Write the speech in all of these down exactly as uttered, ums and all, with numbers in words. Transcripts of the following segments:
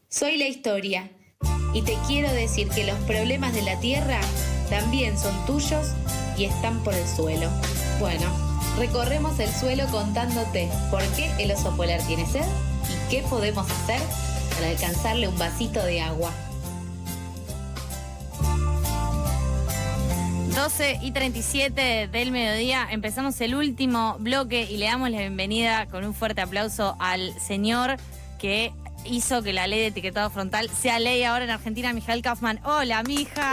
Soy la historia y te quiero decir que los problemas de la tierra también son tuyos y están por el suelo. Bueno, recorremos el suelo contándote por qué el oso polar tiene sed y qué podemos hacer para alcanzarle un vasito de agua. doce y treinta y siete del mediodía, empezamos el último bloque y le damos la bienvenida con un fuerte aplauso al señor que hizo que la ley de etiquetado frontal sea ley ahora en Argentina, Mijael Kaufman. Hola, mija.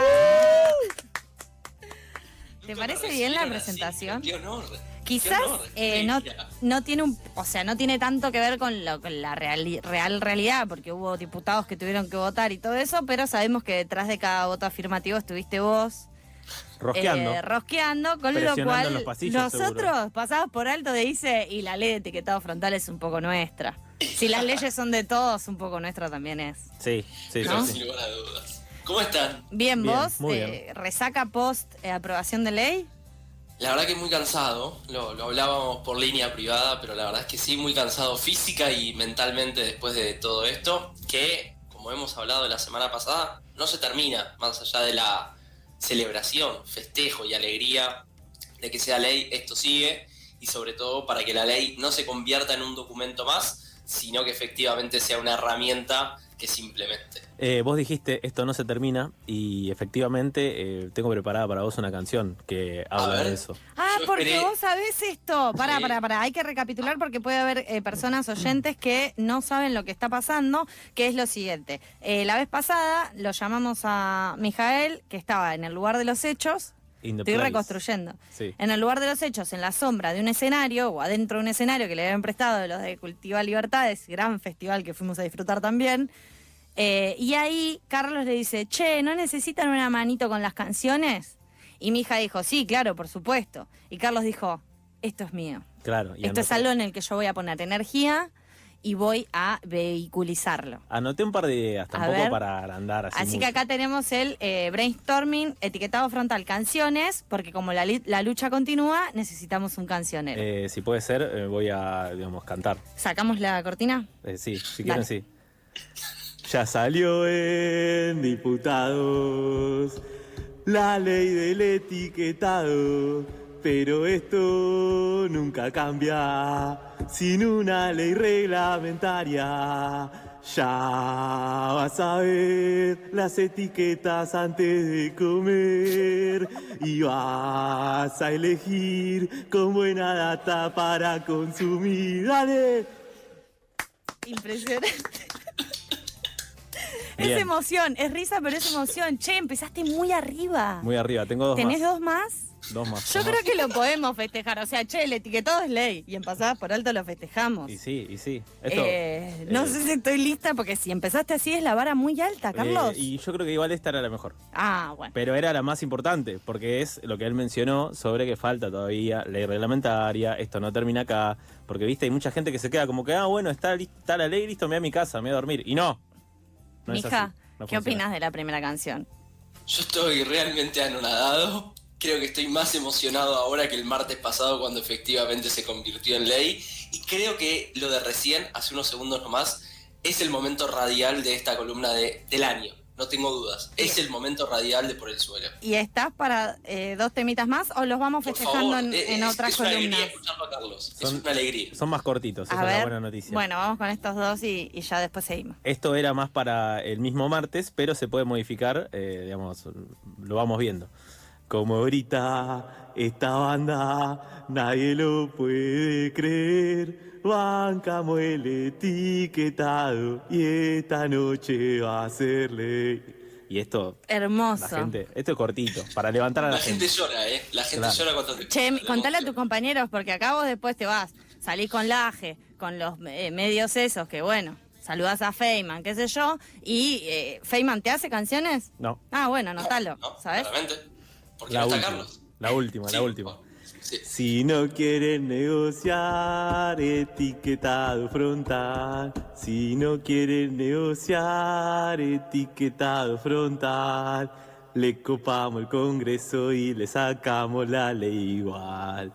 ¿Te parece bien la presentación? Qué honor. Quizás eh, no, no tiene un, o sea, no tiene tanto que ver con, lo, con la real, real realidad, porque hubo diputados que tuvieron que votar y todo eso, pero sabemos que detrás de cada voto afirmativo estuviste vos. Rosqueando. Eh, rosqueando, con lo cual los pasillos, nosotros seguro. pasamos por alto de dice, y la ley de etiquetado frontal es un poco nuestra. Si las leyes son de todos, un poco nuestra también es. Sí, sí, ¿No? sí. Sin lugar a dudas. ¿Cómo están? Bien, Bien, vos, muy eh, bien. resaca post eh, aprobación de ley. La verdad que muy cansado, lo, lo hablábamos por línea privada, pero la verdad es que sí, muy cansado física y mentalmente después de todo esto, que, como hemos hablado la semana pasada, no se termina, más allá de la celebración, festejo y alegría de que sea ley, esto sigue, y sobre todo para que la ley no se convierta en un documento más, sino que efectivamente sea una herramienta que se implemente. Eh, vos dijiste, esto no se termina, y efectivamente eh, tengo preparada para vos una canción que habla de eso. Ah, Yo porque esperé. vos sabés esto. Pará, Sí. pará, pará. Hay que recapitular porque puede haber eh, personas oyentes que no saben lo que está pasando, que es lo siguiente. Eh, la vez pasada lo llamamos a Mijael, que estaba en el lugar de los hechos. In the Estoy place. reconstruyendo. Sí. En el lugar de los hechos, en la sombra de un escenario o adentro de un escenario que le habían prestado de los de Cultiva Libertades, gran festival que fuimos a disfrutar también. Eh, y ahí Carlos le dice, che, ¿no necesitan una manito con las canciones? Y mi hija dijo, sí, claro, por supuesto. Y Carlos dijo, esto es mío. Claro. Y Esto es anoté, algo en el que yo voy a poner energía y voy a vehiculizarlo. anoté un par de ideas, A tampoco ver. para agrandar así Así mucho. que acá tenemos el eh, brainstorming, etiquetado frontal, canciones, porque como la, li- la lucha continúa, necesitamos un cancionero. Eh, si puede ser, eh, voy a, digamos, cantar. ¿Sacamos la cortina? Eh, sí, si Dale. quieren, sí. Ya salió en diputados la ley del etiquetado, pero esto nunca cambia sin una ley reglamentaria. Ya vas a ver las etiquetas antes de comer y vas a elegir con buena data para consumir. ¡Dale! Impresionante. Bien. Es emoción, es risa, pero es emoción. Che, empezaste muy arriba. Muy arriba, tengo dos ¿Tenés más. dos más? Dos más. Yo dos creo más. que lo podemos festejar. O sea, che, el etiquetado es ley. Y en pasadas por alto lo festejamos. Y sí, y sí. Esto, Eh, no eh, sé si estoy lista, porque si empezaste así es la vara muy alta, Carlos. eh, y yo creo que igual esta era la mejor. Ah, bueno. Pero era la más importante, porque es lo que él mencionó sobre que falta todavía ley reglamentaria, esto no termina acá, porque viste, hay mucha gente que se queda como que, ah, bueno, está, li- está la ley, listo, me voy a mi casa, me voy a dormir. Y no. No es Mija, así, no ¿qué funciona. opinas de la primera canción? Yo estoy realmente anonadado. Creo que estoy más emocionado ahora que el martes pasado cuando efectivamente se convirtió en ley. Y creo que lo de recién, hace unos segundos nomás, es el momento radial de esta columna de, del año. No tengo dudas. Es el momento radial de Por el Suelo. ¿Y estás para eh, dos temitas más o los vamos Por festejando favor, en, es, en otras es una columnas? alegría escucharlo a Carlos. Son- es una alegría. Son más cortitos, esa A es la ver, buena noticia. bueno, vamos con estos dos y, y ya después seguimos. Esto era más para el mismo martes, pero se puede modificar, eh, digamos, lo vamos viendo. Como grita esta banda, nadie lo puede creer. Bancamos el etiquetado y esta noche va a ser ley. Y esto, Hermoso. la gente, esto es cortito, para levantar a la, La gente llora, ¿eh? La gente Claro. llora cuando te Che, la contale a tus emoción. compañeros, porque acá vos después te vas, salís con Laje, con los eh, medios esos, que bueno, saludás a Feynman, qué sé yo, y eh, Feynman, ¿te hace canciones? No, Ah, bueno, anotalo, No, ¿sabes? claramente. Porque la no está última, Carlos. la última, Sí, la última. bueno, sí. Si no quieren negociar, etiquetado frontal. Si no quieren negociar, etiquetado frontal. Le copamos el Congreso y le sacamos la ley igual.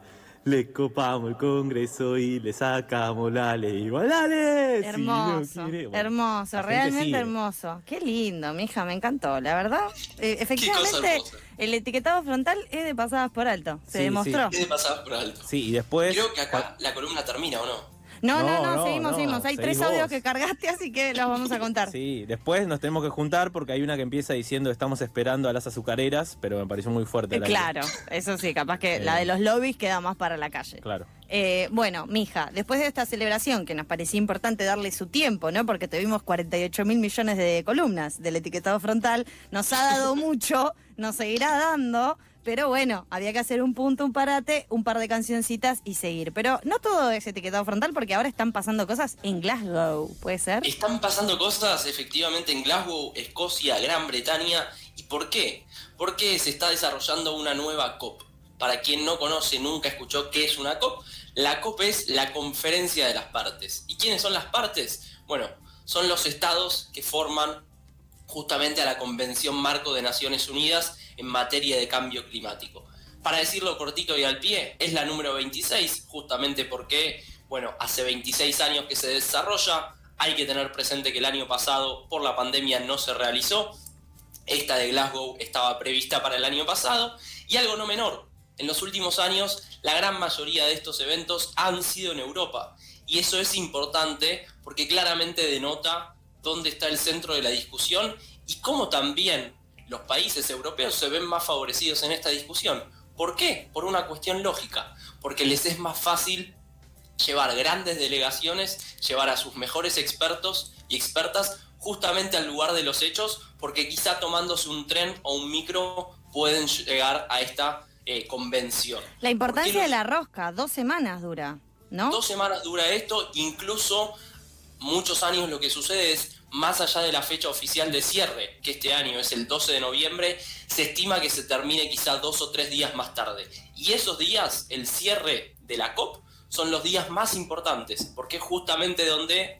le copamos el Congreso y le sacamos la ley. ¡Dale! Hermoso, si no quiere, bueno, hermoso, la gente realmente sigue. hermoso. Qué lindo, mija, me encantó, la verdad. Eh, cosa efectivamente, hermosa. el etiquetado frontal es de pasadas por alto, se Sí, demostró. ¿Qué te pasaba por alto? Sí, y después... Creo que acá la columna termina, ¿o no? No, no, No, no, no, seguimos, no, seguimos. Hay seguís tres audios vos. que cargaste, así que los vamos a contar. Sí, después nos tenemos que juntar porque hay una que empieza diciendo estamos esperando a las azucareras, pero me pareció muy fuerte. Eh, el aire. claro, eso sí, capaz que Eh. la de los lobbies queda más para la calle. Claro. Eh, bueno, mija, después de esta celebración, que nos parecía importante darle su tiempo, ¿no? Porque tuvimos cuarenta y ocho mil millones de columnas del etiquetado frontal, nos ha dado mucho, nos seguirá dando, pero bueno, había que hacer un punto, un parate, un par de cancioncitas y seguir. Pero no todo es etiquetado frontal, porque ahora están pasando cosas en Glasgow, ¿puede ser? Están pasando cosas efectivamente en Glasgow, Escocia, Gran Bretaña. ¿Y por qué? Porque se está desarrollando una nueva COP. Para quien no conoce, nunca escuchó qué es una COP, la COP es la conferencia de las partes. ¿Y quiénes son las partes? Bueno, son los estados que forman justamente a la Convención Marco de Naciones Unidas en materia de cambio climático. Para decirlo cortito y al pie, es la número veintiséis, justamente porque, bueno, hace veintiséis años que se desarrolla. Hay que tener presente que el año pasado, por la pandemia, no se realizó. Esta de Glasgow estaba prevista para el año pasado. Y algo no menor, en los últimos años, la gran mayoría de estos eventos han sido en Europa. Y eso es importante porque claramente denota dónde está el centro de la discusión y cómo también los países europeos se ven más favorecidos en esta discusión. ¿Por qué? Por una cuestión lógica. Porque les es más fácil llevar grandes delegaciones, llevar a sus mejores expertos y expertas justamente al lugar de los hechos, porque quizá tomándose un tren o un micro pueden llegar a esta eh, convención. La importancia Porque de la rosca, dos semanas dura, ¿no? Dos semanas dura esto, incluso muchos años lo que sucede es, más allá de la fecha oficial de cierre, que este año es el doce de noviembre, se estima que se termine quizá dos o tres días más tarde. Y esos días, el cierre de la COP, son los días más importantes, porque es justamente donde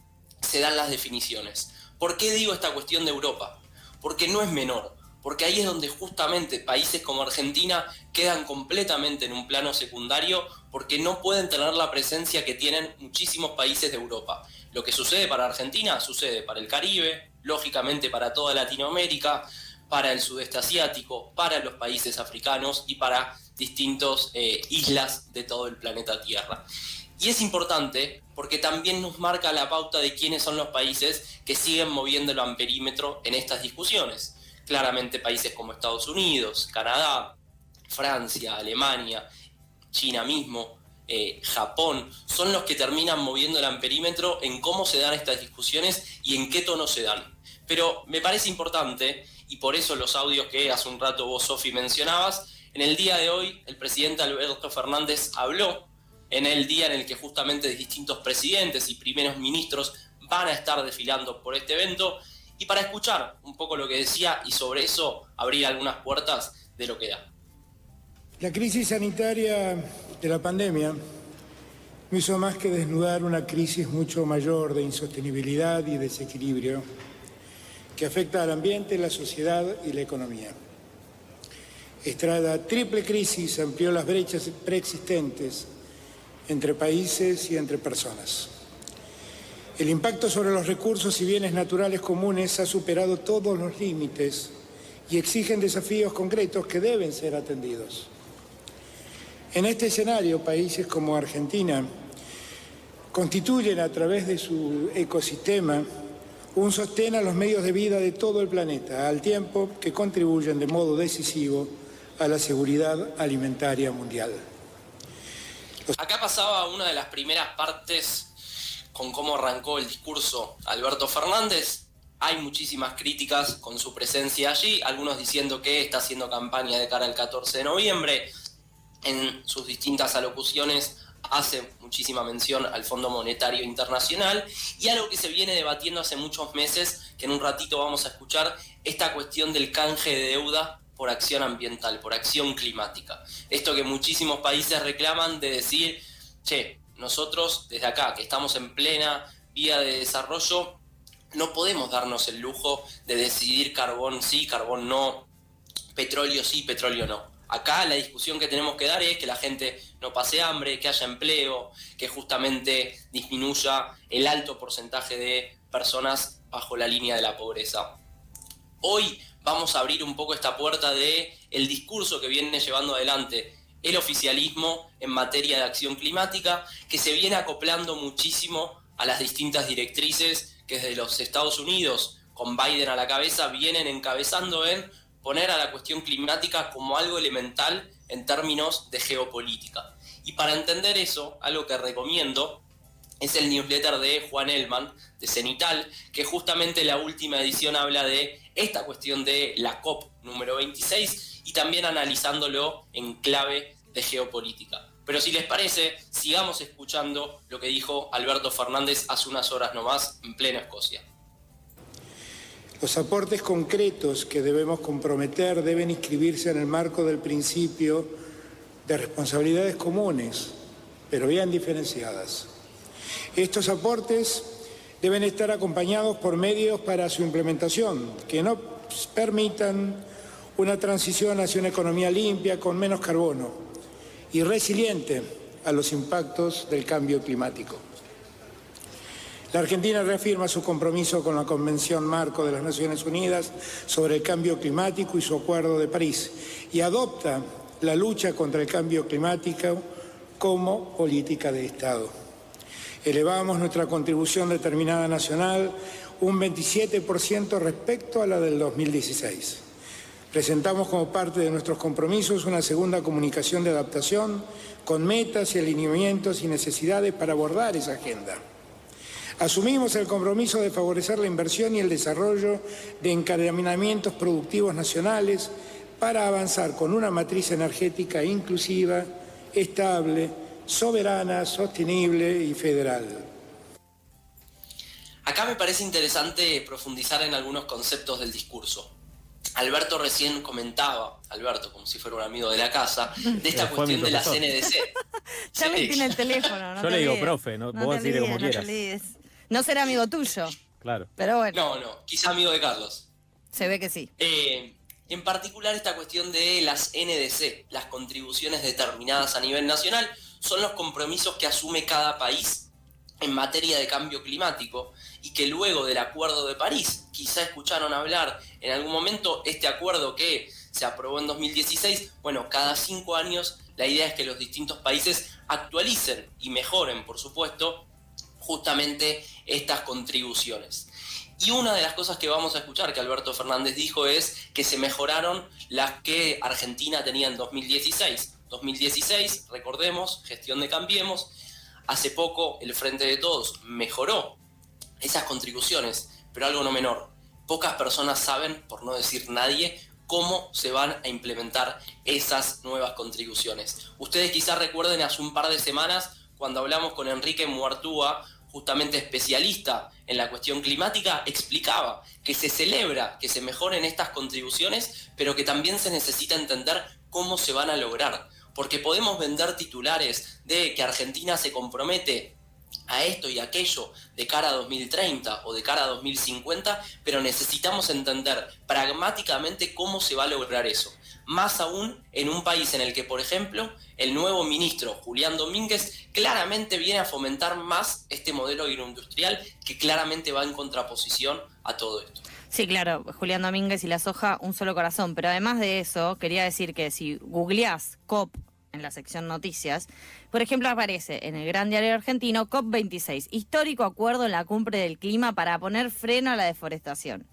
se dan las definiciones. ¿Por qué digo esta cuestión de Europa? Porque no es menor, porque ahí es donde justamente países como Argentina quedan completamente en un plano secundario porque no pueden tener la presencia que tienen muchísimos países de Europa. Lo que sucede para Argentina sucede para el Caribe, lógicamente para toda Latinoamérica, para el sudeste asiático, para los países africanos y para distintas eh, islas de todo el planeta Tierra. Y es importante porque también nos marca la pauta de quiénes son los países que siguen moviendo el amperímetro en estas discusiones. Claramente países como Estados Unidos, Canadá, Francia, Alemania, China mismo, eh, Japón, son los que terminan moviendo el amperímetro en cómo se dan estas discusiones y en qué tono se dan. Pero me parece importante, y por eso los audios que hace un rato vos, Sofi, mencionabas, en el día de hoy el presidente Alberto Fernández habló en el día en el que justamente distintos presidentes y primeros ministros van a estar desfilando por este evento, y para escuchar un poco lo que decía y sobre eso abrir algunas puertas de lo que da. La crisis sanitaria de la pandemia no hizo más que desnudar una crisis mucho mayor de insostenibilidad y desequilibrio que afecta al ambiente, la sociedad y la economía. Esta triple crisis amplió las brechas preexistentes entre países y entre personas. El impacto sobre los recursos y bienes naturales comunes ha superado todos los límites y exigen desafíos concretos que deben ser atendidos. En este escenario, países como Argentina constituyen a través de su ecosistema un sostén a los medios de vida de todo el planeta, al tiempo que contribuyen de modo decisivo a la seguridad alimentaria mundial. Acá pasaba una de las primeras partes con cómo arrancó el discurso Alberto Fernández. Hay muchísimas críticas con su presencia allí, algunos diciendo que está haciendo campaña de cara al catorce de noviembre. En sus distintas alocuciones hace muchísima mención al Fondo Monetario Internacional y algo que se viene debatiendo hace muchos meses, que en un ratito vamos a escuchar, esta cuestión del canje de deuda por acción ambiental, por acción climática. Esto que muchísimos países reclaman de decir, che, nosotros desde acá, que estamos en plena vía de desarrollo, no podemos darnos el lujo de decidir carbón sí, carbón no, petróleo sí, petróleo no. Acá la discusión que tenemos que dar es que la gente no pase hambre, que haya empleo, que justamente disminuya el alto porcentaje de personas bajo la línea de la pobreza. Hoy vamos a abrir un poco esta puerta de el discurso que viene llevando adelante el oficialismo en materia de acción climática, que se viene acoplando muchísimo a las distintas directrices que desde los Estados Unidos, con Biden a la cabeza, vienen encabezando en poner a la cuestión climática como algo elemental en términos de geopolítica. Y para entender eso, algo que recomiendo es el newsletter de Juan Elman, de Cenital, que justamente la última edición habla de esta cuestión de la COP número veintiséis y también analizándolo en clave de geopolítica. Pero si les parece, sigamos escuchando lo que dijo Alberto Fernández hace unas horas nomás en plena Escocia. Los aportes concretos que debemos comprometer deben inscribirse en el marco del principio de responsabilidades comunes, pero bien diferenciadas. Estos aportes deben estar acompañados por medios para su implementación, que no permitan una transición hacia una economía limpia, con menos carbono y resiliente a los impactos del cambio climático. La Argentina reafirma su compromiso con la Convención Marco de las Naciones Unidas sobre el Cambio Climático y su Acuerdo de París y adopta la lucha contra el cambio climático como política de Estado. Elevamos nuestra contribución determinada nacional un veintisiete por ciento respecto a la del dos mil dieciséis. Presentamos como parte de nuestros compromisos una segunda comunicación de adaptación con metas y alineamientos y necesidades para abordar esa agenda. Asumimos el compromiso de favorecer la inversión y el desarrollo de encadenamientos productivos nacionales para avanzar con una matriz energética inclusiva, estable, soberana, sostenible y federal. Acá me parece interesante profundizar en algunos conceptos del discurso. Alberto recién comentaba, Alberto como si fuera un amigo de la casa, de esta cuestión de la C N D C. Ya me tiene el teléfono, no Yo te le digo olvides. profe, no, No vos te decirle como olvides, quieras. No, te olvides. No será amigo tuyo, Claro. pero bueno, No, no, quizá amigo de Carlos. se ve que sí. Eh, en particular esta cuestión de las N D C, las contribuciones determinadas a nivel nacional, son los compromisos que asume cada país en materia de cambio climático y que luego del Acuerdo de París, quizá escucharon hablar en algún momento, este acuerdo que se aprobó en dos mil dieciséis, bueno, cada cinco años la idea es que los distintos países actualicen y mejoren, por supuesto, justamente estas contribuciones. Y una de las cosas que vamos a escuchar que Alberto Fernández dijo es que se mejoraron las que Argentina tenía en dos mil dieciséis. dos mil dieciséis, recordemos, gestión de Cambiemos, hace poco el Frente de Todos mejoró esas contribuciones, pero algo no menor. Pocas personas saben, por no decir nadie, cómo se van a implementar esas nuevas contribuciones. Ustedes quizás recuerden hace un par de semanas cuando hablamos con Enrique Muartúa, justamente especialista en la cuestión climática, explicaba que se celebra que se mejoren estas contribuciones, pero que también se necesita entender cómo se van a lograr. Porque podemos vender titulares de que Argentina se compromete a esto y aquello de cara a dos mil treinta o de cara a dos mil cincuenta, pero necesitamos entender pragmáticamente cómo se va a lograr eso. Más aún en un país en el que, por ejemplo, el nuevo ministro Julián Domínguez claramente viene a fomentar más este modelo agroindustrial que claramente va en contraposición a todo esto. Sí, claro, Julián Domínguez y la soja, un solo corazón. Pero además de eso, quería decir que si googleás COP en la sección noticias, por ejemplo, aparece en el Gran Diario Argentino COP veintiséis, histórico acuerdo en la cumbre del clima para poner freno a la deforestación.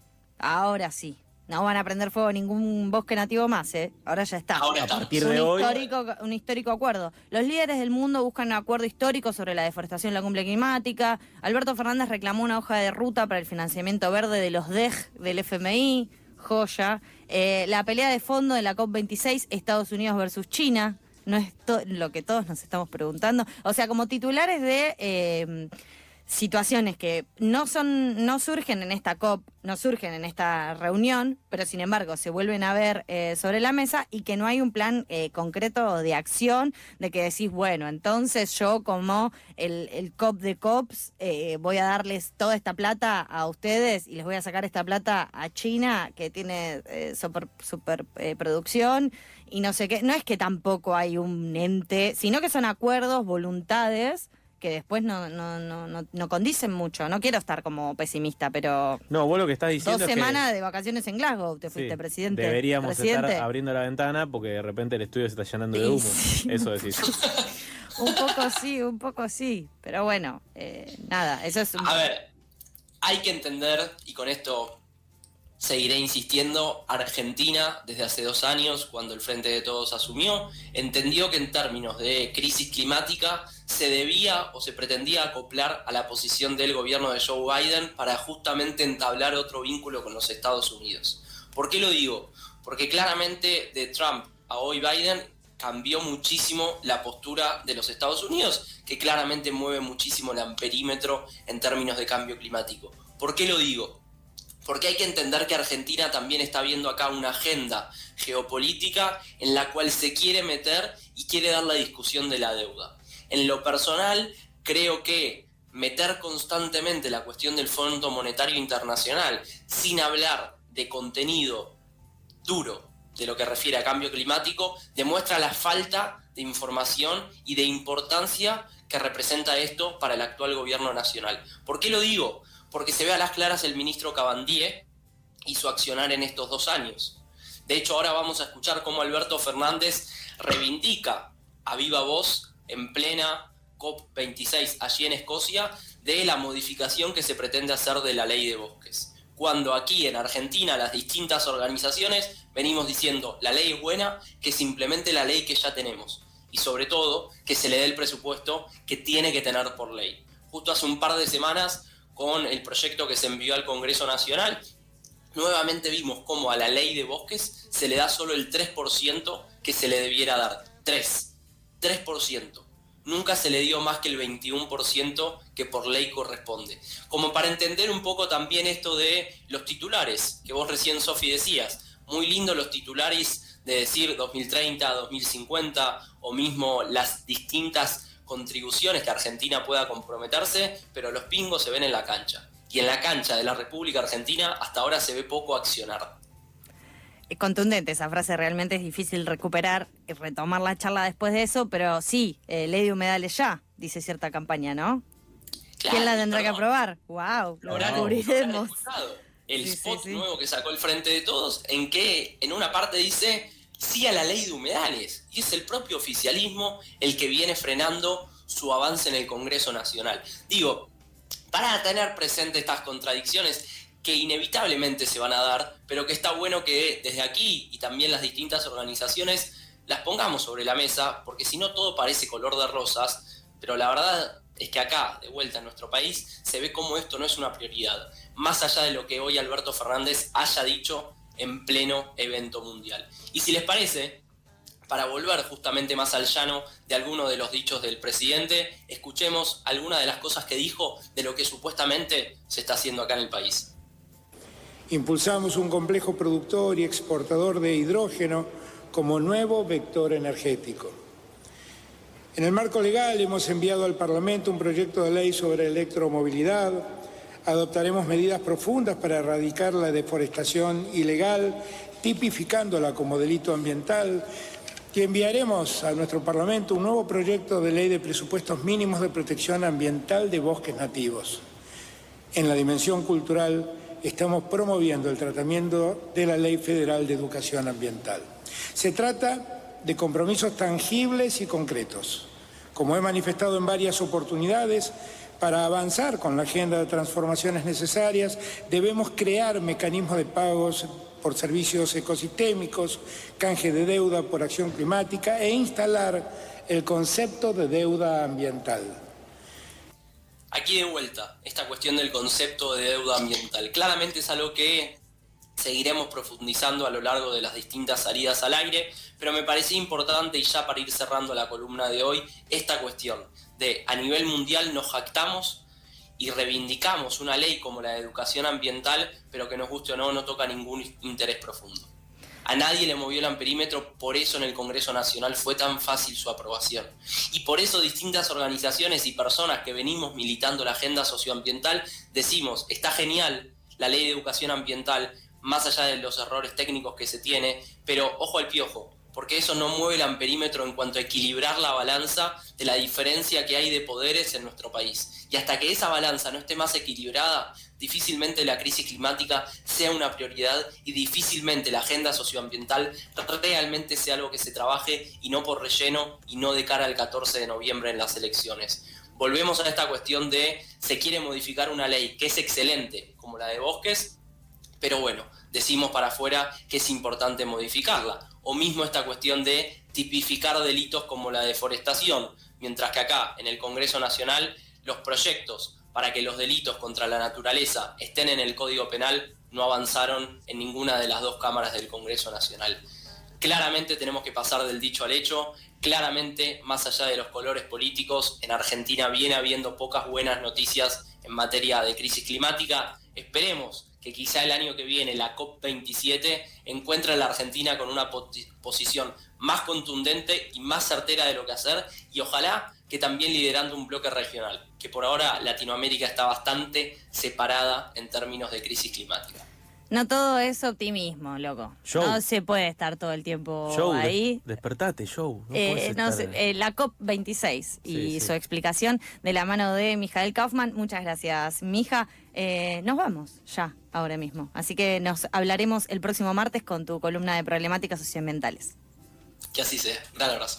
Ahora sí, no van a prender fuego ningún bosque nativo más, ¿eh? Ahora ya está. Ahora A está. partir un de hoy, histórico, un histórico acuerdo. Los líderes del mundo buscan un acuerdo histórico sobre la deforestación en la cumbre climática. Alberto Fernández reclamó una hoja de ruta para el financiamiento verde de los D E G del F M I, joya. Eh, la pelea de fondo de la COP veintiséis, Estados Unidos versus China, no es to- lo que todos nos estamos preguntando. O sea, como titulares de... Eh, situaciones que no son, no surgen en esta COP, no surgen en esta reunión, pero sin embargo se vuelven a ver eh, sobre la mesa y que no hay un plan eh, concreto de acción, de que decís, bueno, entonces yo como el, el COP de COPs eh, voy a darles toda esta plata a ustedes y les voy a sacar esta plata a China, que tiene eh, super, super eh, producción y no sé qué. No es que tampoco hay un ente, sino que son acuerdos, voluntades que después no, no, no, no, no condicen mucho. No quiero estar como pesimista, pero... No, vos lo que estás diciendo Dos es semanas que, de vacaciones en Glasgow, te fuiste, sí, presidente. deberíamos presidente. estar abriendo la ventana porque de repente el estudio se está llenando de Y humo. sí, Eso decís. Un poco sí, un poco sí. Pero bueno, eh, nada, eso es un... A ver, hay que entender, y con esto seguiré insistiendo, Argentina desde hace dos años, cuando el Frente de Todos asumió, entendió que en términos de crisis climática se debía o se pretendía acoplar a la posición del gobierno de Joe Biden para justamente entablar otro vínculo con los Estados Unidos. ¿Por qué lo digo? Porque claramente de Trump a hoy Biden cambió muchísimo la postura de los Estados Unidos, que claramente mueve muchísimo el amperímetro en términos de cambio climático. ¿Por qué lo digo? Porque hay que entender que Argentina también está viendo acá una agenda geopolítica en la cual se quiere meter y quiere dar la discusión de la deuda. En lo personal, creo que meter constantemente la cuestión del Fondo Monetario Internacional sin hablar de contenido duro de lo que refiere a cambio climático demuestra la falta de información y de importancia que representa esto para el actual gobierno nacional. ¿Por qué lo digo? Porque se ve a las claras el ministro Cabandier y su accionar en estos dos años. De hecho, ahora vamos a escuchar cómo Alberto Fernández reivindica a viva voz en plena COP veintiséis allí en Escocia de la modificación que se pretende hacer de la ley de bosques. Cuando aquí en Argentina las distintas organizaciones venimos diciendo la ley es buena, que se implemente la ley que ya tenemos y sobre todo que se le dé el presupuesto que tiene que tener por ley. Justo hace un par de semanas, con el proyecto que se envió al Congreso Nacional, nuevamente vimos cómo a la ley de bosques se le da solo el tres por ciento que se le debiera dar. tres. tres por ciento. Nunca se le dio más que el veintiuno por ciento que por ley corresponde. Como para entender un poco también esto de los titulares, que vos recién, Sofi, decías. Muy lindo los titulares de decir dos mil treinta, dos mil cincuenta, o mismo las distintas contribuciones que Argentina pueda comprometerse, pero los pingos se ven en la cancha. Y en la cancha de la República Argentina hasta ahora se ve poco accionar. Es contundente esa frase, realmente es difícil recuperar y retomar la charla después de eso, pero sí, eh, ley de humedales ya, dice cierta campaña, ¿no? Claro, ¿Quién la tendrá perdón. que aprobar? ¡Wow! Lo Ahora, descubriremos. El Sí, spot sí, sí. nuevo que sacó el Frente de Todos, en que en una parte dice sí a la ley de humedales, y es el propio oficialismo el que viene frenando su avance en el Congreso Nacional. Digo, para tener presente estas contradicciones que inevitablemente se van a dar, pero que está bueno que desde aquí y también las distintas organizaciones las pongamos sobre la mesa, porque si no todo parece color de rosas, pero la verdad es que acá, de vuelta en nuestro país, se ve como esto no es una prioridad, más allá de lo que hoy Alberto Fernández haya dicho en pleno evento mundial. Y si les parece, para volver justamente más al llano de algunos de los dichos del presidente, escuchemos algunas de las cosas que dijo de lo que supuestamente se está haciendo acá en el país. Impulsamos un complejo productor y exportador de hidrógeno como nuevo vector energético. En el marco legal hemos enviado al Parlamento un proyecto de ley sobre electromovilidad. Adoptaremos medidas profundas para erradicar la deforestación ilegal, tipificándola como delito ambiental, y enviaremos a nuestro Parlamento un nuevo proyecto de ley de presupuestos mínimos de protección ambiental de bosques nativos. En la dimensión cultural, estamos promoviendo el tratamiento de la Ley Federal de Educación Ambiental. Se trata de compromisos tangibles y concretos. Como he manifestado en varias oportunidades, para avanzar con la agenda de transformaciones necesarias, debemos crear mecanismos de pagos por servicios ecosistémicos, canje de deuda por acción climática e instalar el concepto de deuda ambiental. Aquí de vuelta, esta cuestión del concepto de deuda ambiental. Claramente es algo que seguiremos profundizando a lo largo de las distintas salidas al aire, pero me parecía importante, y ya para ir cerrando la columna de hoy, esta cuestión de a nivel mundial nos jactamos y reivindicamos una ley como la de educación ambiental, pero que nos guste o no, no toca ningún interés profundo. A nadie le movió el amperímetro, por eso en el Congreso Nacional fue tan fácil su aprobación. Y por eso distintas organizaciones y personas que venimos militando la agenda socioambiental decimos, está genial la ley de educación ambiental, más allá de los errores técnicos que se tiene, pero ojo al piojo, porque eso no mueve el amperímetro en cuanto a equilibrar la balanza de la diferencia que hay de poderes en nuestro país. Y hasta que esa balanza no esté más equilibrada, difícilmente la crisis climática sea una prioridad y difícilmente la agenda socioambiental realmente sea algo que se trabaje y no por relleno y no de cara al catorce de noviembre en las elecciones. Volvemos a esta cuestión de se quiere modificar una ley que es excelente, como la de bosques, pero bueno, decimos para afuera que es importante modificarla. O mismo esta cuestión de tipificar delitos como la deforestación, mientras que acá, en el Congreso Nacional, los proyectos para que los delitos contra la naturaleza estén en el Código Penal no avanzaron en ninguna de las dos cámaras del Congreso Nacional. Claramente tenemos que pasar del dicho al hecho, claramente, más allá de los colores políticos, en Argentina viene habiendo pocas buenas noticias en materia de crisis climática. Esperemos que quizá el año que viene la COP veintisiete encuentre a la Argentina con una posición más contundente y más certera de lo que hacer, y ojalá que también liderando un bloque regional, que por ahora Latinoamérica está bastante separada en términos de crisis climática. No todo es optimismo, loco. Show. No se puede estar todo el tiempo Show, ahí. Des despertate, show. No eh, no estar... sé, eh, la COP veintiséis y sí, su sí. explicación de la mano de Mijael Kaufman. Muchas gracias, Mija. Eh, nos vamos ya, ahora mismo. Así que nos hablaremos el próximo martes con tu columna de problemáticas socioambientales. Que así sea. Gran abrazo.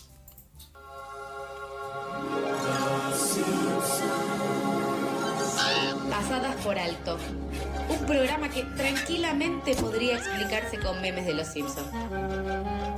Pasadas por alto. Un programa que tranquilamente podría explicarse con memes de los Simpsons.